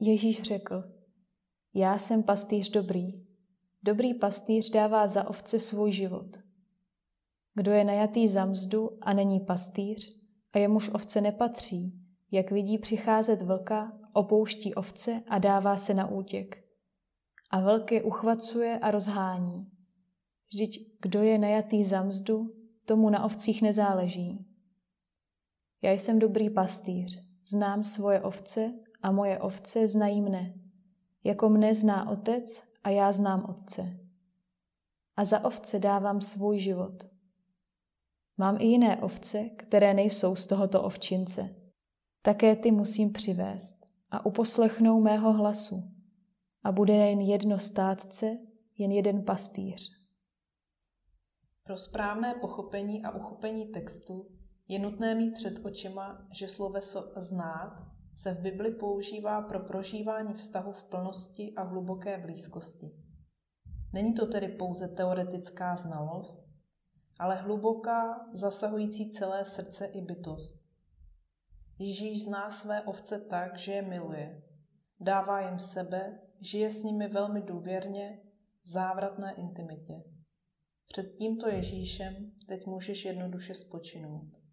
Ježíš řekl: Já jsem pastýř dobrý. Dobrý pastýř dává za ovce svůj život. Kdo je najatý za mzdu a není pastýř, a jemuž ovce nepatří, jak vidí přicházet vlka, opouští ovce a dává se na útěk. A vlk je uchvacuje a rozhání. Vždyť kdo je najatý za mzdu, tomu na ovcích nezáleží. Já jsem dobrý pastýř, znám svoje ovce a moje ovce znají mne. Jako mne zná otec a já znám otce. A za ovce dávám svůj život. Mám i jiné ovce, které nejsou z tohoto ovčince. Také ty musím přivést a uposlechnou mého hlasu. A bude jen jedno stádce, jen jeden pastýř. Pro správné pochopení a uchopení textu je nutné mít před očima, že sloveso znát se v Bibli používá pro prožívání vztahu v plnosti a hluboké blízkosti. Není to tedy pouze teoretická znalost, ale hluboká, zasahující celé srdce i bytost. Ježíš zná své ovce tak, že je miluje. Dává jim sebe, žije s nimi velmi důvěrně, v závratné intimitě. Před tímto Ježíšem teď můžeš jednoduše spočinout.